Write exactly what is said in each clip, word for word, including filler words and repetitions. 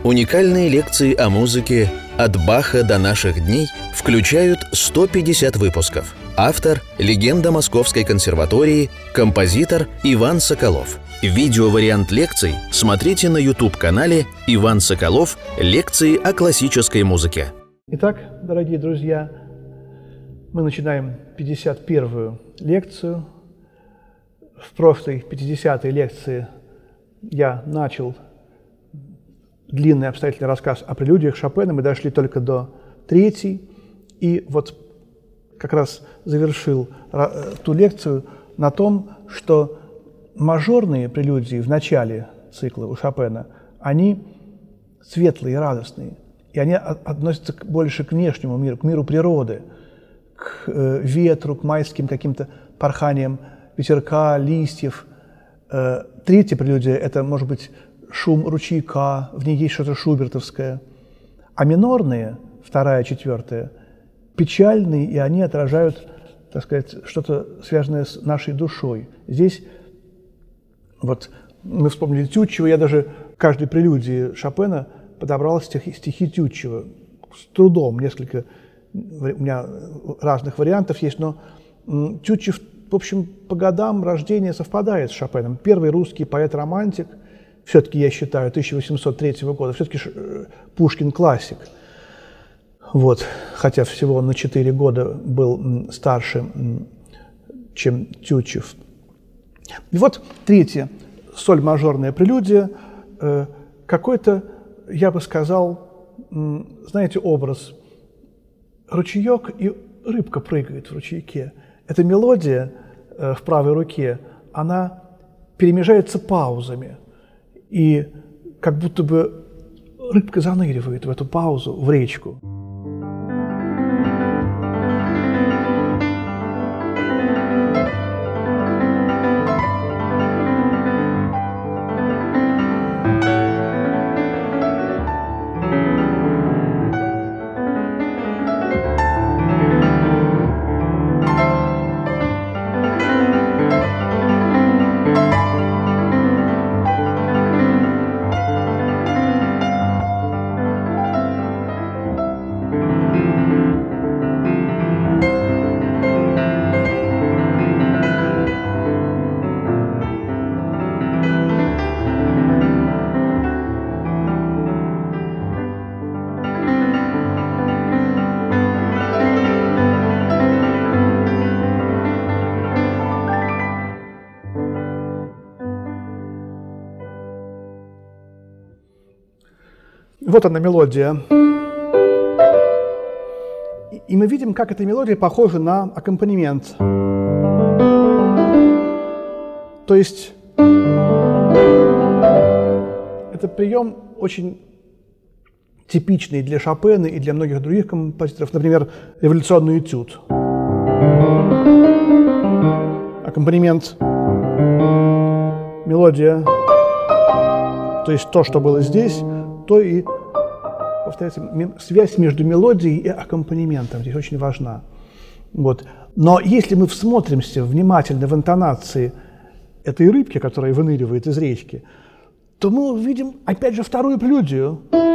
Уникальные лекции о музыке «От Баха до наших дней» включают сто пятьдесят выпусков. Автор – легенда Московской консерватории, композитор Иван Соколов. Видеовариант лекций смотрите на YouTube-канале «Иван Соколов. Лекции о классической музыке». Итак, дорогие друзья, мы начинаем пятьдесят первую лекцию. В прошлой пятидесятой лекции я начал длинный обстоятельный рассказ о прелюдиях Шопена. Мы дошли только до третьей. И вот как раз завершил ту лекцию на том, что мажорные прелюдии в начале цикла у Шопена, они светлые, радостные. И они относятся больше к внешнему миру, к миру природы, к ветру, к майским каким-то порханиям ветерка, листьев. Третья прелюдия – это, может быть, шум ручейка, в ней есть что-то шубертовское. А минорные, вторая, четвертая, печальные, и они отражают, так сказать, что-то связанное с нашей душой. Здесь вот мы вспомнили Тютчева, я даже в каждой прелюдии Шопена подобрал стихи, стихи Тютчева. С трудом, несколько у меня разных вариантов есть, но Тютчев, в общем, по годам рождения совпадает с Шопеном. Первый русский поэт-романтик, все-таки, я считаю, тысяча восемьсот третьего года, все-таки Пушкин классик. Вот, хотя всего он на четыре года был старше, чем Тютчев. И вот третья, соль-мажорная прелюдия, какой-то, я бы сказал, знаете, образ. Ручеек, и рыбка прыгает в ручейке. Эта мелодия в правой руке, она перемежается паузами. И как будто бы рыбка заныривает в эту паузу, в речку. Вот она мелодия. И мы видим, как эта мелодия похожа на аккомпанемент. То есть это прием очень типичный для Шопена и для многих других композиторов. Например, революционный этюд. Аккомпанемент, мелодия. То есть то, что было здесь, то и, повторяется, связь между мелодией и аккомпанементом здесь очень важна. Вот. Но если мы всмотримся внимательно в интонации этой рыбки, которая выныривает из речки, то мы увидим, опять же, вторую прелюдию.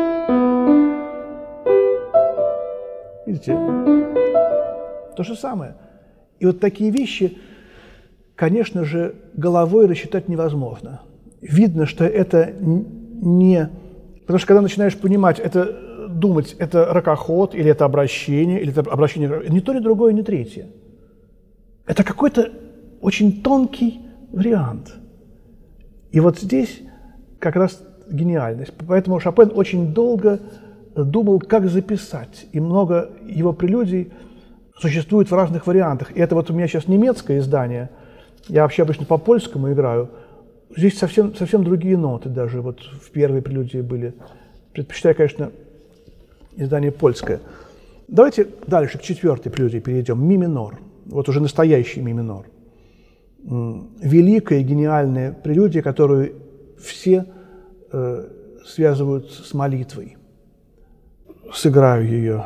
Видите? То же самое. И вот такие вещи, конечно же, головой рассчитать невозможно. Видно, что это не... Потому что когда начинаешь понимать, это думать, это ракоход, или это обращение, или это обращение, ни то, ни другое, ни третье. Это какой-то очень тонкий вариант. И вот здесь как раз гениальность. Поэтому Шопен очень долго думал, как записать. И много его прелюдий существует в разных вариантах. И это вот у меня сейчас немецкое издание. Я вообще обычно по польскому играю. Здесь совсем, совсем другие ноты даже вот в первой прелюдии были. Предпочитаю, конечно, издание польское. Давайте дальше к четвертой прелюдии перейдем. Ми минор. Вот уже настоящий ми минор. Великая, гениальная прелюдия, которую все э, связывают с молитвой. Сыграю ее.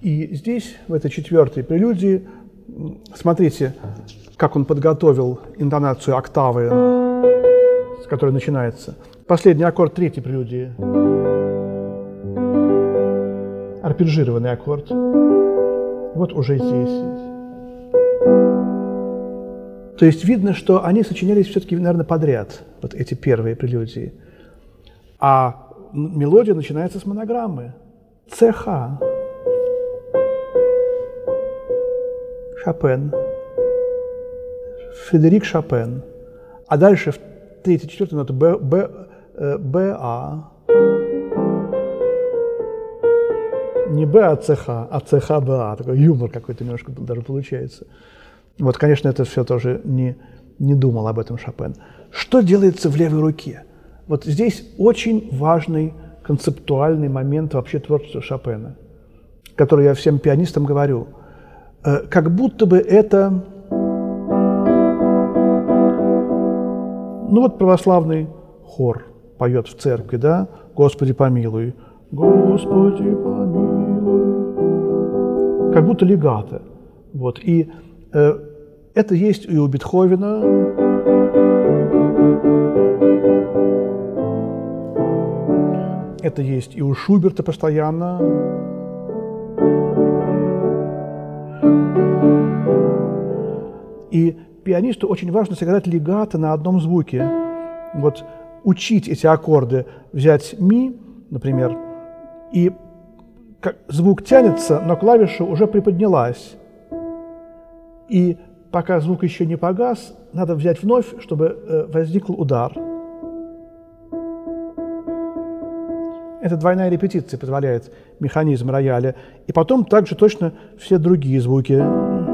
И здесь, в этой четвертой прелюдии, смотрите, как он подготовил интонацию октавы, с которой начинается. Последний аккорд третьей прелюдии. Арпеджированный аккорд. Вот уже здесь. То есть видно, что они сочинялись все-таки, наверное, подряд, вот эти первые прелюдии. А мелодия начинается с монограммы. ЦХ. Шопен. Фредерик Шопен. А дальше в третьей, четвертой ноты Б, Б, Б, А. Не Б, а ЦХ, а ЦХ, Б, А. Такой юмор какой-то немножко даже получается. Вот, конечно, это все тоже не, не думал об этом Шопен. Что делается в левой руке? Вот здесь очень важный концептуальный момент вообще творчества Шопена, который я всем пианистам говорю. Как будто бы это, ну вот православный хор поет в церкви, да? «Господи помилуй, Господи помилуй». Как будто легато. Вот. И э, это есть и у Бетховена. Это есть и у Шуберта постоянно. И пианисту очень важно сыграть легато на одном звуке. Вот учить эти аккорды, взять ми, например, и звук тянется, но клавиша уже приподнялась. И пока звук еще не погас, надо взять вновь, чтобы возник удар. Эта двойная репетиция позволяет механизм рояля. И потом также точно все другие звуки.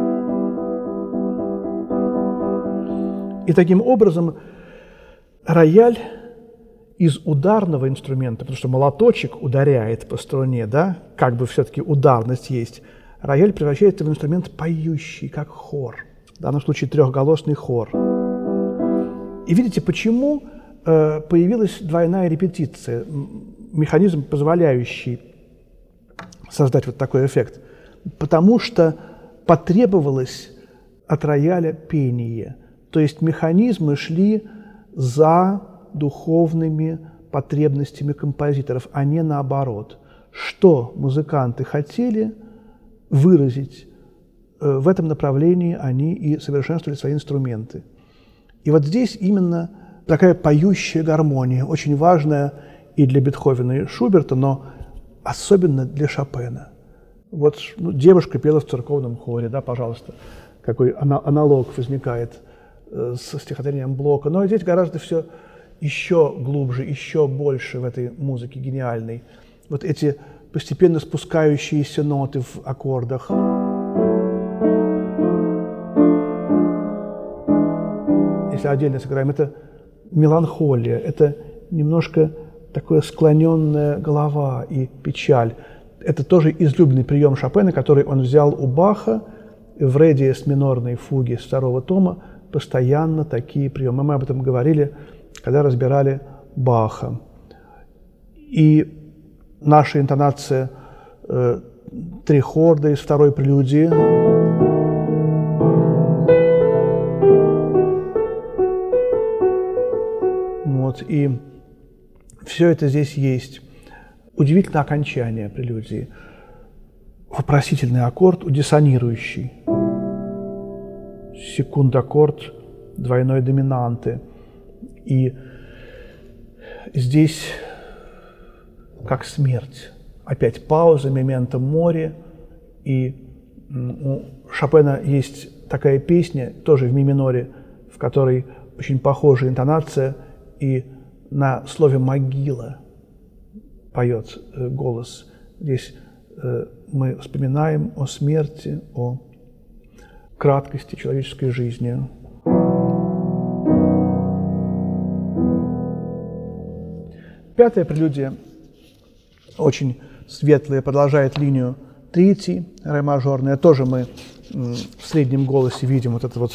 И таким образом рояль из ударного инструмента, потому что молоточек ударяет по струне, да, как бы все-таки ударность есть, рояль превращается в инструмент поющий, как хор, в данном случае трехголосный хор. И видите, почему э, появилась двойная репетиция, механизм, позволяющий создать вот такой эффект? Потому что потребовалось от рояля пение, то есть механизмы шли за духовными потребностями композиторов, а не наоборот. Что музыканты хотели выразить, в этом направлении они и совершенствовали свои инструменты. И вот здесь именно такая поющая гармония, очень важная и для Бетховена и Шуберта, но особенно для Шопена. Вот ну, девушка пела в церковном хоре, да, пожалуйста, какой аналог возникает со стихотворением Блока. Но здесь гораздо все еще глубже, еще больше в этой музыке гениальной. Вот эти постепенно спускающиеся ноты в аккордах. Если отдельно сыграем, это меланхолия, это немножко такая склоненная голова и печаль. Это тоже излюбленный прием Шопена, который он взял у Баха в ре диез минорной фуге второго тома. Постоянно такие приемы. Мы об этом говорили, когда разбирали Баха. И наша интонация э, трихорда из второй прелюдии. Вот, и все это здесь есть. Удивительное окончание прелюдии. Вопросительный аккорд, удиссонирующий. Секунд-аккорд двойной доминанты. И здесь как смерть. Опять пауза, мементо море. И у Шопена есть такая песня, тоже в ми миноре, в которой очень похожая интонация, и на слове «могила» поет голос. Здесь мы вспоминаем о смерти, о краткости человеческой жизни. Пятая прелюдия, очень светлая, продолжает линию третьей, ре мажорная. Тоже мы в среднем голосе видим вот это вот.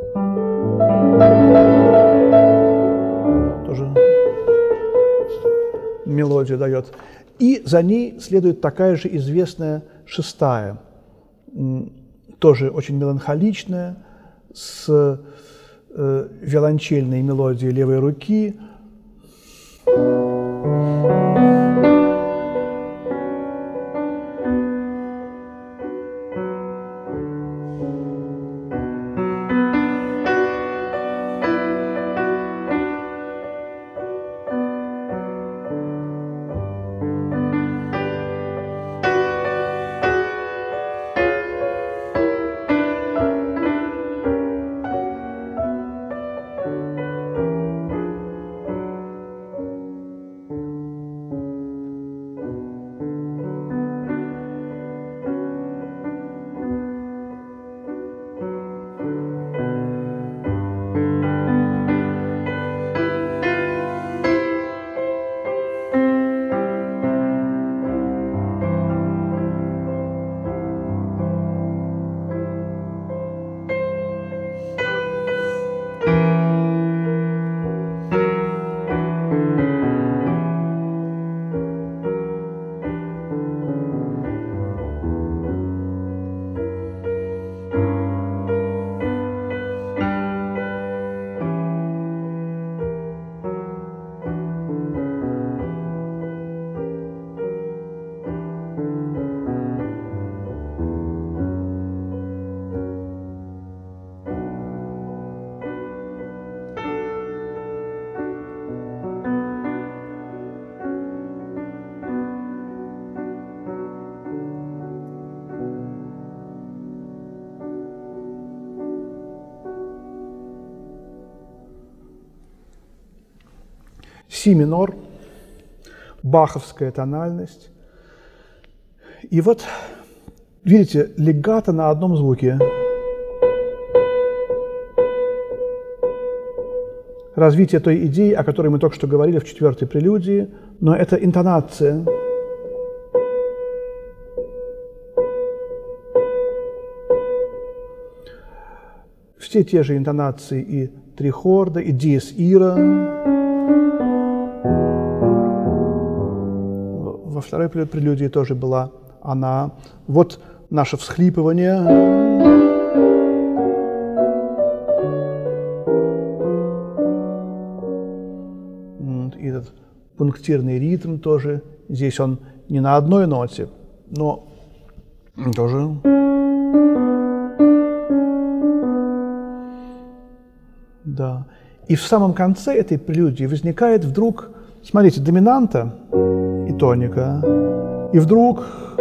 Тоже мелодию дает. И за ней следует такая же известная шестая, тоже очень меланхоличная, с э, виолончельной мелодией левой руки. Си минор, баховская тональность. И вот, видите, легато на одном звуке. Развитие той идеи, о которой мы только что говорили в четвертой прелюдии, но это интонация. Все те же интонации и трихорда, и диез ира. Во второй прелюдии тоже была она. Вот наше всхлипывание. И этот пунктирный ритм тоже. Здесь он не на одной ноте, но тоже. Да. И в самом конце этой прелюдии возникает вдруг, смотрите, доминанта и тоника, и вдруг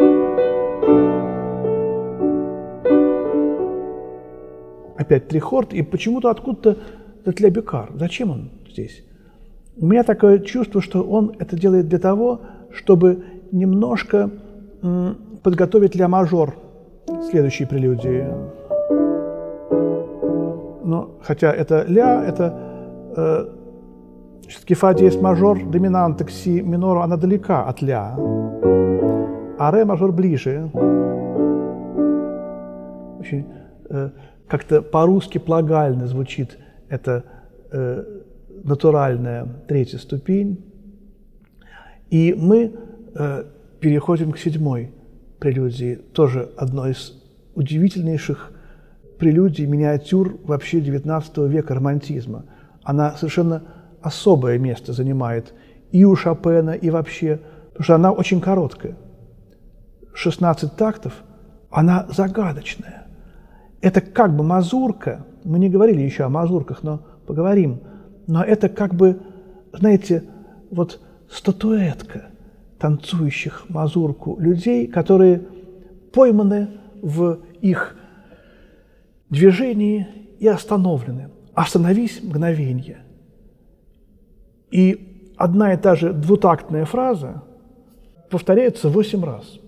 опять трихорд, и почему-то откуда-то этот ля бикар. Зачем он здесь? У меня такое чувство, что он это делает для того, чтобы немножко м, подготовить ля мажор следующей прелюдии. Но, хотя это ля, это э, все-таки фа диез мажор, доминанта к си минору, она далека от ля, а ре мажор ближе. Очень э, как-то по-русски плагально звучит эта э, натуральная третья ступень. И мы э, переходим к седьмой прелюдии, тоже одной из удивительнейших прелюдий, миниатюр вообще девятнадцатого века романтизма. Она совершенно особое место занимает и у Шопена, и вообще, потому что она очень короткая. шестнадцать тактов, она загадочная. Это как бы мазурка, мы не говорили еще о мазурках, но поговорим, но это как бы, знаете, вот статуэтка танцующих мазурку людей, которые пойманы в их движении и остановлены. Остановись мгновенье. И одна и та же двутактная фраза повторяется восемь раз.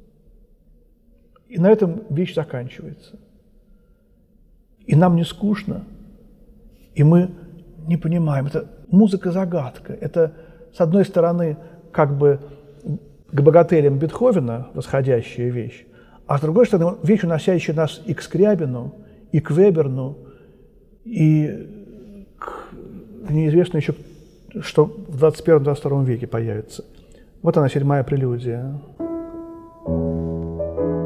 И на этом вещь заканчивается. И нам не скучно, и мы не понимаем. Это музыка-загадка. Это, с одной стороны, как бы к богателям Бетховена восходящая вещь, а с другой стороны, вещь, уносящая нас и к Скрябину, и к Веберну, и к... неизвестно еще, что в двадцать первом — двадцать втором веке появится. Вот она, седьмая прелюдия.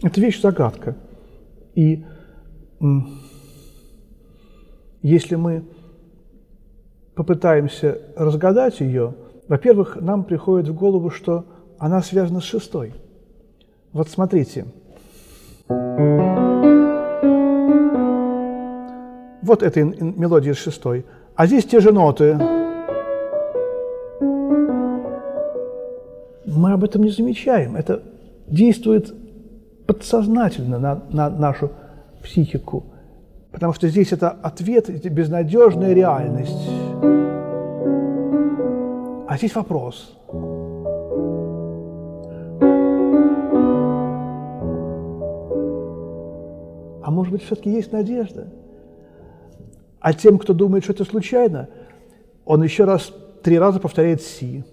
Это вещь-загадка. И если мы попытаемся разгадать ее, во-первых, нам приходит в голову, что она связана с шестой. Вот смотрите. Вот эта мелодия шестой. А здесь те же ноты. Мы об этом не замечаем. Это действует подсознательно на, на нашу психику. Потому что здесь это ответ, это безнадежная реальность. А здесь вопрос. А может быть, все-таки есть надежда? А тем, кто думает, что это случайно, он еще раз, три раза повторяет «си».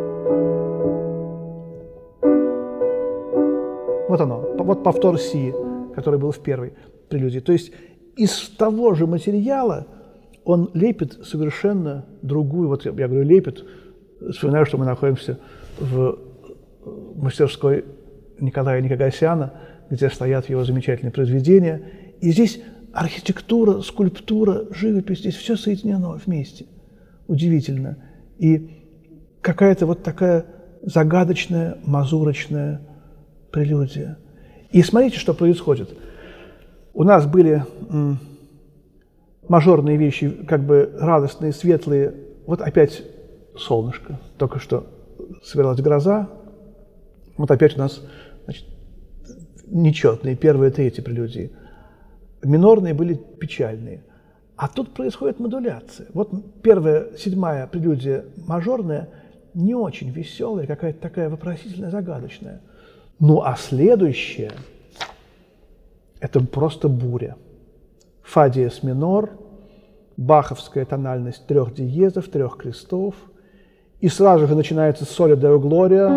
Вот оно, вот повтор «си», который был в первой прелюдии. То есть из того же материала он лепит совершенно другую, вот я говорю «лепит», вспоминаю, что мы находимся в мастерской Николая Никогасяна, где стоят его замечательные произведения. И здесь архитектура, скульптура, живопись, здесь все соединено вместе. Удивительно. И какая-то вот такая загадочная, мазурочная прелюдия. И смотрите, что происходит. У нас были м, мажорные вещи, как бы радостные, светлые. Вот опять солнышко. Только что собиралась гроза. Вот опять у нас, значит, нечетные, первые, третьи прелюдии. Минорные были печальные. А тут происходит модуляция. Вот первая, седьмая прелюдия мажорная, не очень веселая, какая-то такая вопросительная, загадочная. Ну а следующая – это просто буря. Фа диез минор, баховская тональность трех диезов, трех крестов. И сразу же начинается соли део глория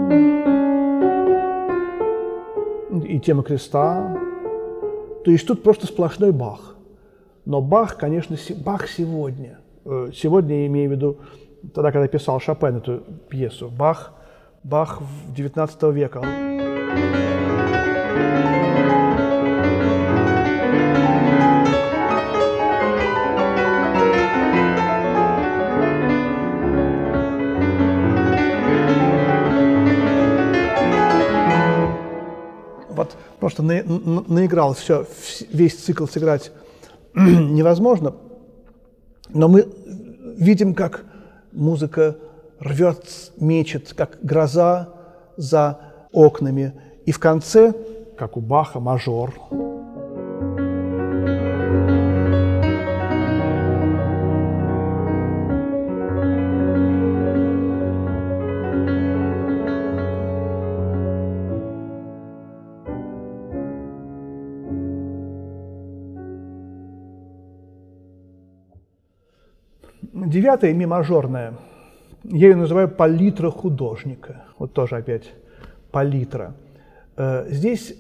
и тема креста. То есть тут просто сплошной Бах. Но Бах, конечно, Бах сегодня. Сегодня я имею в виду, тогда, когда писал Шопен эту пьесу. Бах, Бах девятнадцатого века. Вот просто на, на, наиграл все, весь цикл сыграть невозможно, но мы видим, как музыка рвет, мечет, как гроза за окнами. И в конце, как у Баха, мажор. Девятая, ми мажорная, я ее называю палитра художника. Вот тоже опять палитра. Здесь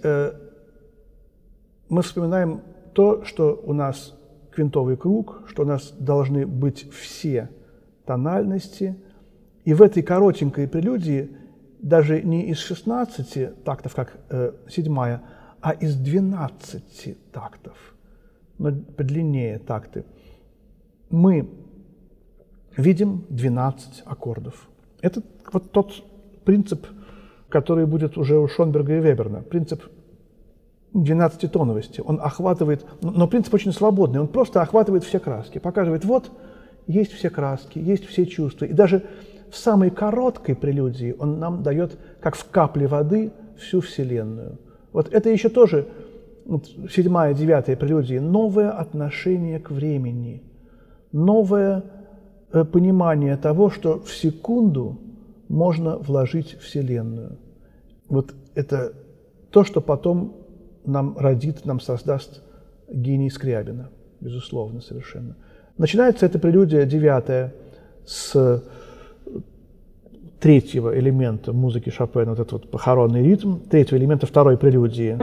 мы вспоминаем то, что у нас квинтовый круг, что у нас должны быть все тональности. И в этой коротенькой прелюдии даже не из шестнадцати тактов, как седьмая, а из двенадцати тактов, но подлиннее такты, мы видим двенадцать аккордов. Это вот тот принцип, который будет уже у Шонберга и Веберна. Принцип двенадцатитоновости. Он охватывает, но принцип очень свободный, он просто охватывает все краски. Показывает, вот есть все краски, есть все чувства. И даже в самой короткой прелюдии он нам дает, как в капле воды, всю Вселенную. Вот это еще тоже, вот, седьмая, девятая прелюдии, новое отношение к времени, новое понимание того, что в секунду можно вложить Вселенную. Вот это то, что потом нам родит, нам создаст гений Скрябина, безусловно, совершенно. Начинается эта прелюдия девятая с третьего элемента музыки Шопена, вот этот вот похоронный ритм, третьего элемента второй прелюдии.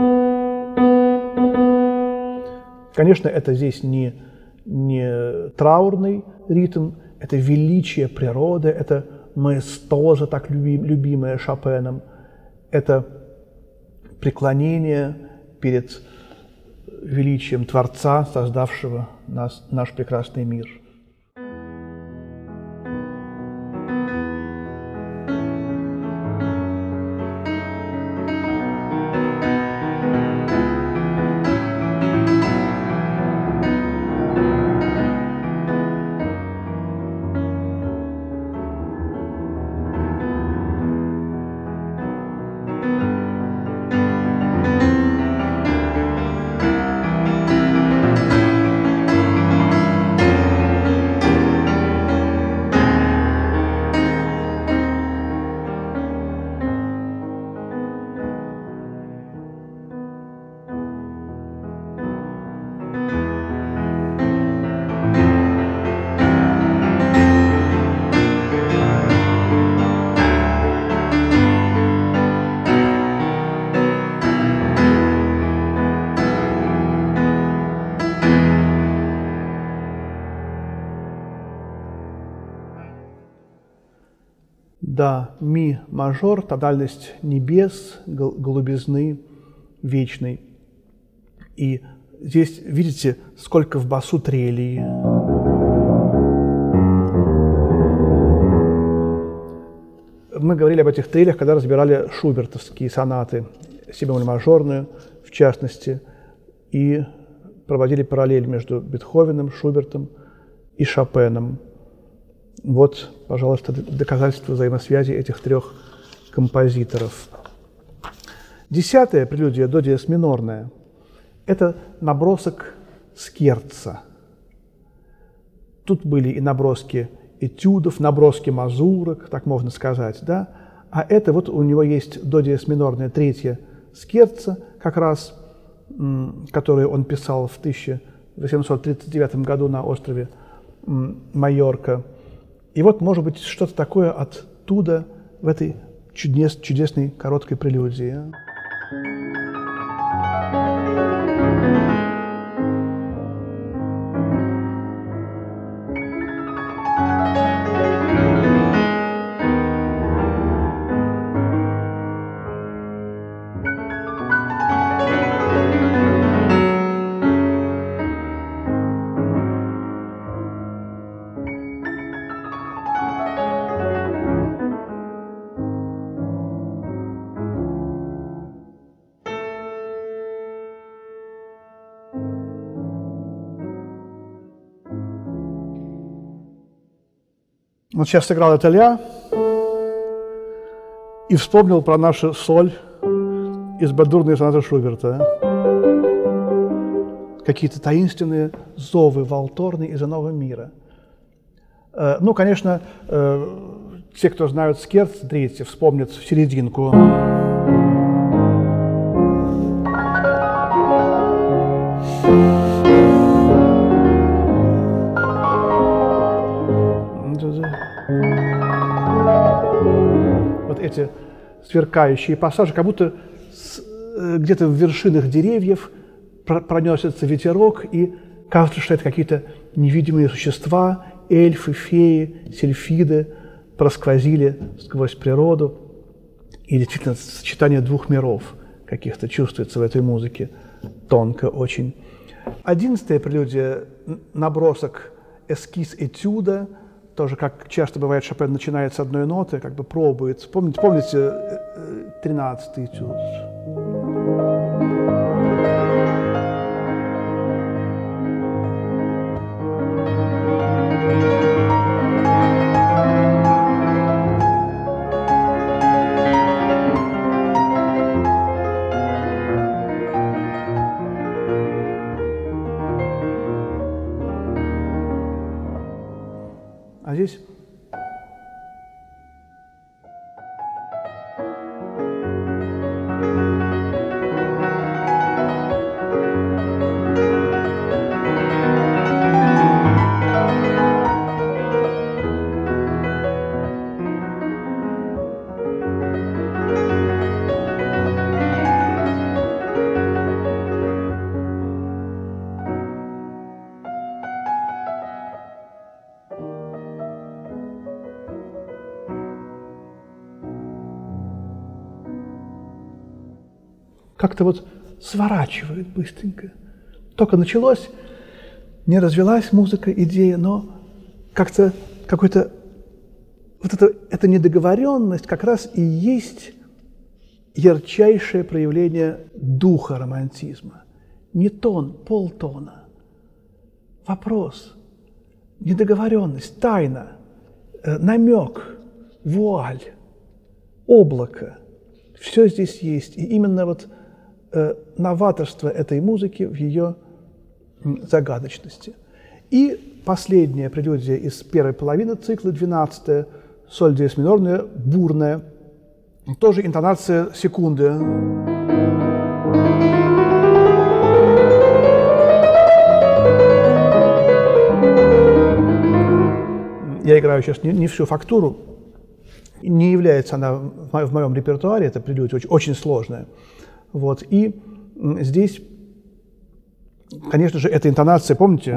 Конечно, это здесь не, не траурный ритм, это величие природы, это маэстоза, так любим, любимая Шопеном, это преклонение перед величием Творца, создавшего нас, наш прекрасный мир. Да, ми мажор, тональность небес, голубизны вечной. И здесь, видите, сколько в басу трелей. Мы говорили об этих трелях, когда разбирали шубертовские сонаты, си бемоль мажорную, в частности, и проводили параллель между Бетховеном, Шубертом и Шопеном. Вот, пожалуйста, доказательство взаимосвязи этих трех композиторов. Десятая прелюдия до диез минорная – это набросок скерца. Тут были и наброски этюдов, наброски мазурок, так можно сказать, да? А это вот у него есть до диез минорная третья скерца, как раз, которую он писал в тысяча восемьсот тридцать девятом году на острове Майорка. И вот, может быть, что-то такое оттуда в этой чудес, чудесной короткой прелюдии. Вот сейчас сыграл это ля и вспомнил про нашу соль из бадурной сонаты Шуберта. Какие-то таинственные зовы валторные из иного мира. Ну, конечно, те, кто знают скерц третий, вспомнят серединку. Вот эти сверкающие пассажи, как будто где-то в вершинах деревьев пронесется ветерок, и кажется, что это какие-то невидимые существа, эльфы, феи, сильфиды просквозили сквозь природу. И действительно, сочетание двух миров каких-то чувствуется в этой музыке тонко очень. Одиннадцатая прелюдия – набросок, эскиз этюда. Тоже, как часто бывает, Шопен начинает с одной ноты, как бы пробует. Помните, помните тринадцатый этюд? А здесь как-то вот сворачивает быстренько. Только началось, не развилась музыка, идея, но как-то какой-то вот это, эта недоговоренность как раз и есть ярчайшее проявление духа романтизма. Не тон, полтона. Вопрос, недоговоренность, тайна, э, намек, вуаль, облако. Все здесь есть. И именно вот э, новаторство этой музыки в ее загадочности. И последняя прелюдия из первой половины цикла, двенадцатая, соль диез минорная, бурная, тоже интонация секунды. Я играю сейчас не, не всю фактуру, не является она в, мо- в моем репертуаре, это прелюдия очень, очень сложная. Вот. И здесь, конечно же, эта интонация, помните?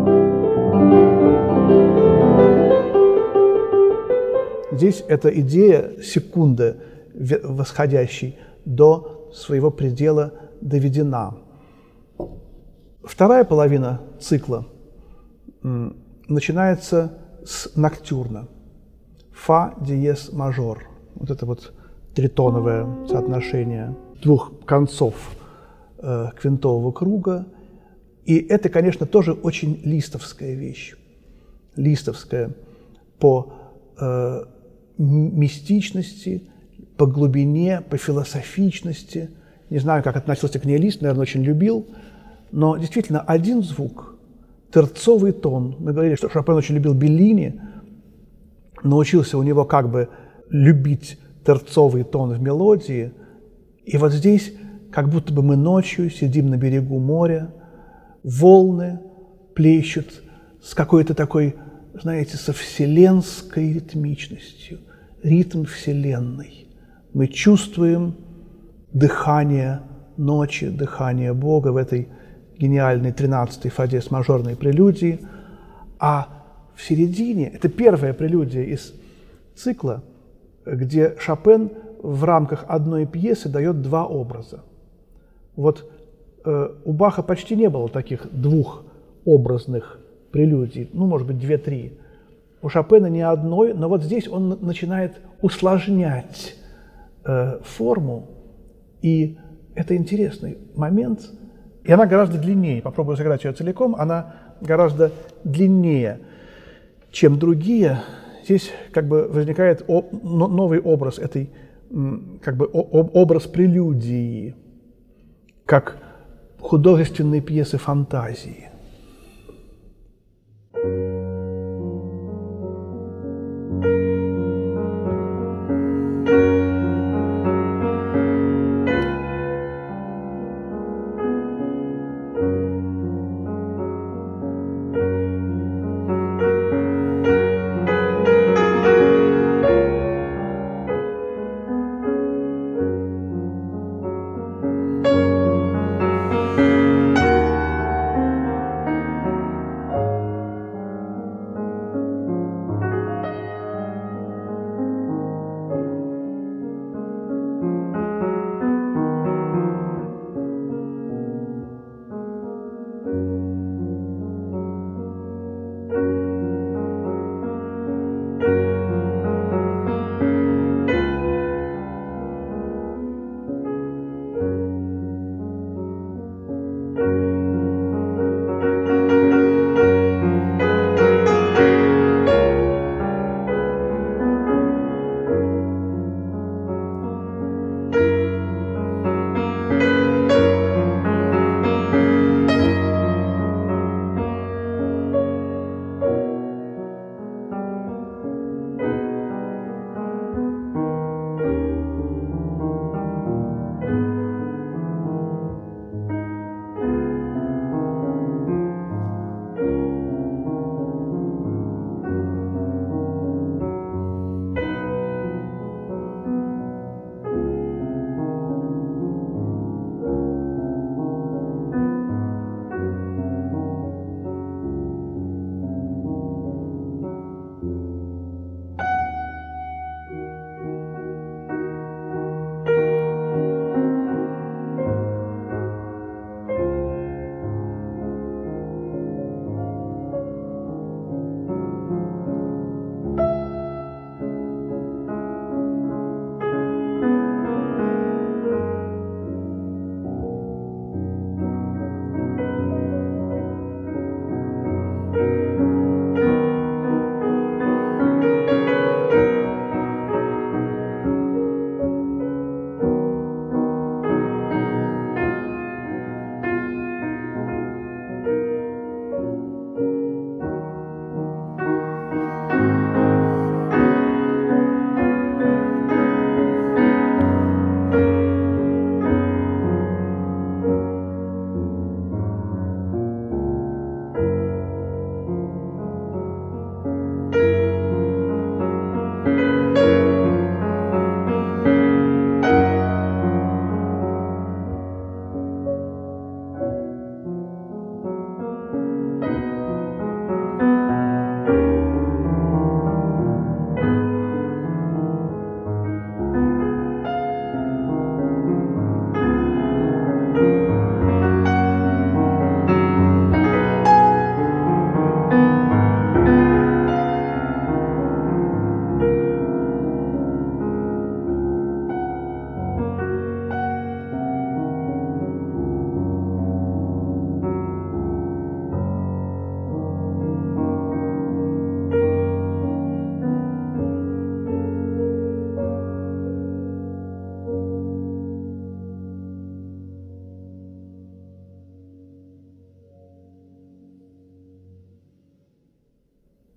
Здесь эта идея секунды восходящей до своего предела доведена. Вторая половина цикла начинается с ноктюрна. Фа диез мажор. Вот это вот тритоновое соотношение двух концов э, квинтового круга. И это, конечно, тоже очень листовская вещь. Листовская по э, мистичности, по глубине, по философичности. Не знаю, как относился к ней Лист, наверное, очень любил. Но действительно, один звук, терцовый тон. Мы говорили, что Шопен очень любил Беллини, научился у него как бы любить терцовый тон в мелодии. И вот здесь, как будто бы мы ночью сидим на берегу моря, волны плещут с какой-то такой, знаете, со вселенской ритмичностью, ритм Вселенной. Мы чувствуем дыхание ночи, дыхание Бога в этой гениальной тринадцатой фа диез мажорной прелюдии. А в середине, это первая прелюдия из цикла, где Шопен в рамках одной пьесы дает два образа. Вот э, у Баха почти не было таких двухобразных прелюдий, ну, может быть, две-три. У Шопена ни одной, но вот здесь он начинает усложнять э, форму, и это интересный момент, и она гораздо длиннее. Попробую сыграть ее целиком, она гораздо длиннее, чем другие. Здесь как бы возникает о, но, новый образ этой, как бы о, образ прелюдии, как художественной пьесы фантазии.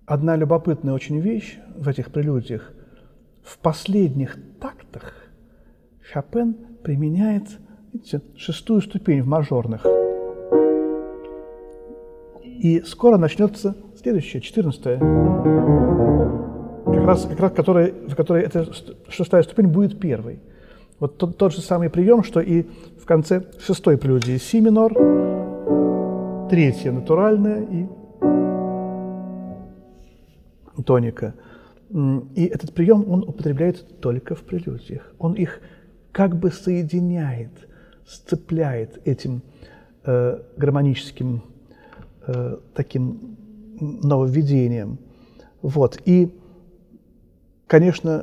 одна любопытная очень вещь в этих прелюдиях. В последних тактах Шопен применяет, видите, шестую ступень в мажорных. И скоро начнется следующая, четырнадцатая, как раз, как раз которая, в которой эта шестая ступень будет первой. Вот тот, тот же самый прием, что и в конце шестой прелюдии. Си минор, третья натуральная и тоника. И этот прием он употребляет только в прелюдиях. Он их как бы соединяет, сцепляет этим э, гармоническим э, таким нововведением. Вот. И, конечно,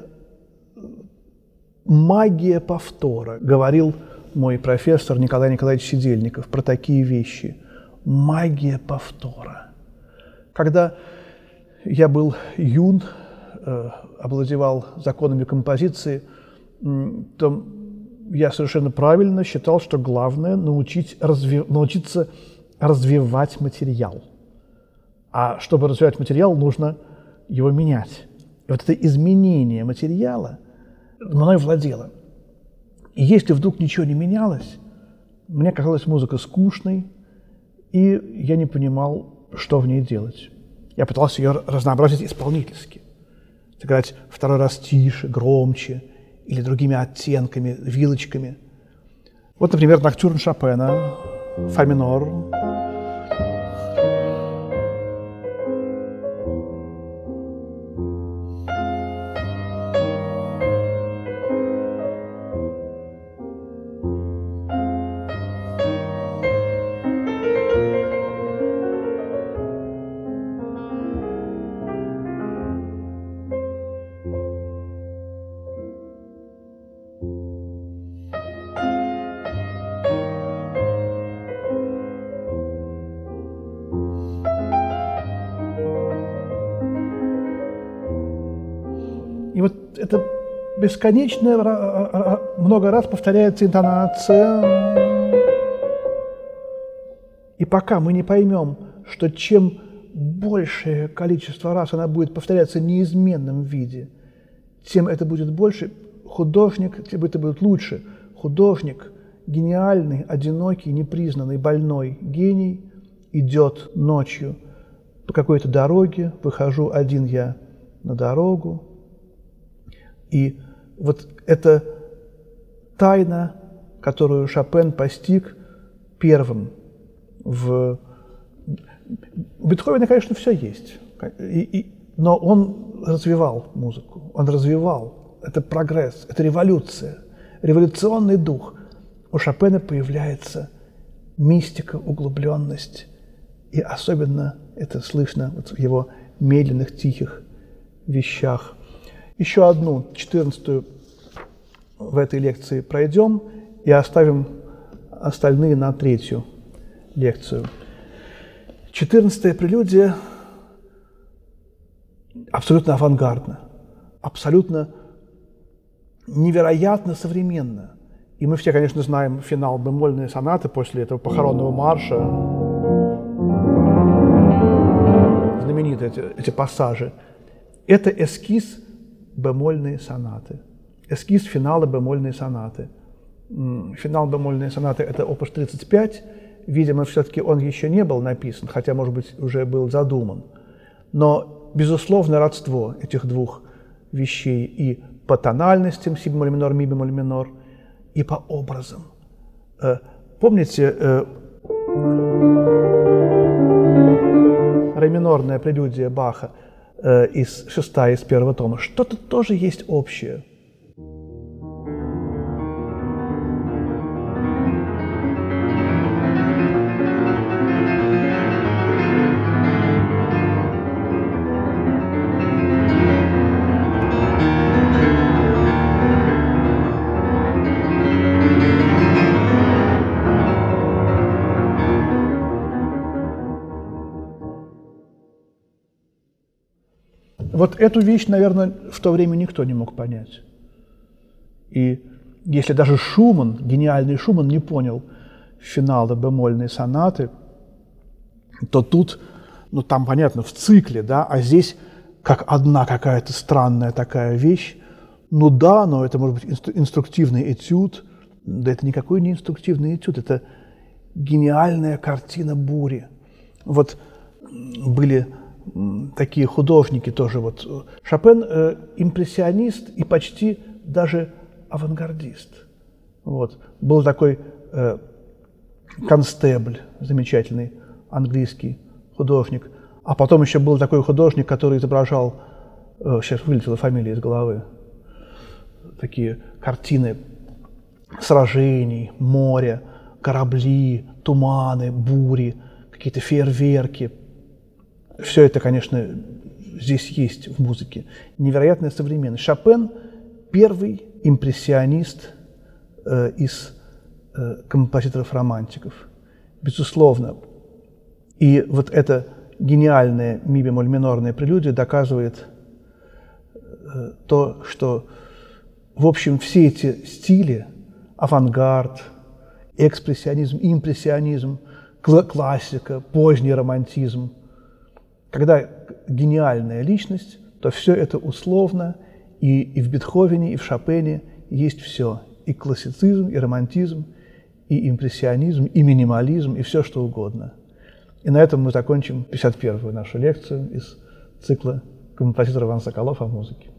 магия повтора. Говорил мой профессор Николай Николаевич Сидельников про такие вещи. Магия повтора. Когда я был юн, э, овладевал законами композиции, э, то я совершенно правильно считал, что главное научить, разви, научиться развивать материал. А чтобы развивать материал, нужно его менять. И вот это изменение материала мной владело. И если вдруг ничего не менялось, мне казалась музыка скучной, и я не понимал, что в ней делать. Я пытался ее разнообразить исполнительски. Сыграть второй раз тише, громче, или другими оттенками, вилочками. Вот, например, ноктюрн Шопена, фа минор. И вот это бесконечно, много раз повторяется интонация. И пока мы не поймем, что чем большее количество раз она будет повторяться в неизменном виде, тем это будет больше, художник, тем это будет лучше. Художник, гениальный, одинокий, непризнанный, больной гений идет ночью по какой-то дороге, выхожу один я на дорогу. И вот эта тайна, которую Шопен постиг первым в... У Бетховена, конечно, все есть, и, и... но он развивал музыку, он развивал. Это прогресс, это революция, революционный дух. У Шопена появляется мистика, углубленность, и особенно это слышно вот в его медленных, тихих вещах. Еще одну, четырнадцатую, в этой лекции пройдем и оставим остальные на третью лекцию. Четырнадцатая прелюдия абсолютно авангардна, абсолютно невероятно современна. И мы все, конечно, знаем финал бемольной сонаты после этого похоронного марша. Знаменитые эти, эти пассажи. Это эскиз бемольные сонаты. Эскиз финала бемольной сонаты. Финал бемольной сонаты – это опус тридцать пять. Видимо, все-таки он еще не был написан, хотя, может быть, уже был задуман. Но, безусловно, родство этих двух вещей и по тональностям си бемоль минор, ми бемоль минор, и по образам. Помните ре минорная прелюдия Баха из шестая, из первого тома? Что-то тоже есть общее. Вот эту вещь, наверное, в то время никто не мог понять. И если даже Шуман, гениальный Шуман, не понял финала бемольной сонаты, то тут ну там, понятно, в цикле, да, а здесь как одна какая-то странная такая вещь. Ну да, но это может быть инстру- инструктивный этюд. Да это никакой не инструктивный этюд, это гениальная картина бури. Вот были такие художники тоже. Вот. Шопен э, импрессионист и почти даже авангардист. Вот. Был такой э, Констебль, замечательный английский художник. А потом еще был такой художник, который изображал, э, сейчас вылетела фамилия из головы, такие картины сражений, моря, корабли, туманы, бури, какие-то фейерверки. Все это, конечно, здесь есть в музыке. Невероятная современность. Шопен – первый импрессионист э, из э, композиторов-романтиков. Безусловно. И вот эта гениальная ми-бемоль-минорная прелюдия доказывает э, то, что, в общем, все эти стили – авангард, экспрессионизм, импрессионизм, классика, поздний романтизм. Когда гениальная личность, то все это условно, и, и в Бетховене, и в Шопене есть все. И классицизм, и романтизм, и импрессионизм, и минимализм, и все что угодно. И на этом мы закончим пятьдесят первую нашу лекцию из цикла композитора Иван Соколов о музыке.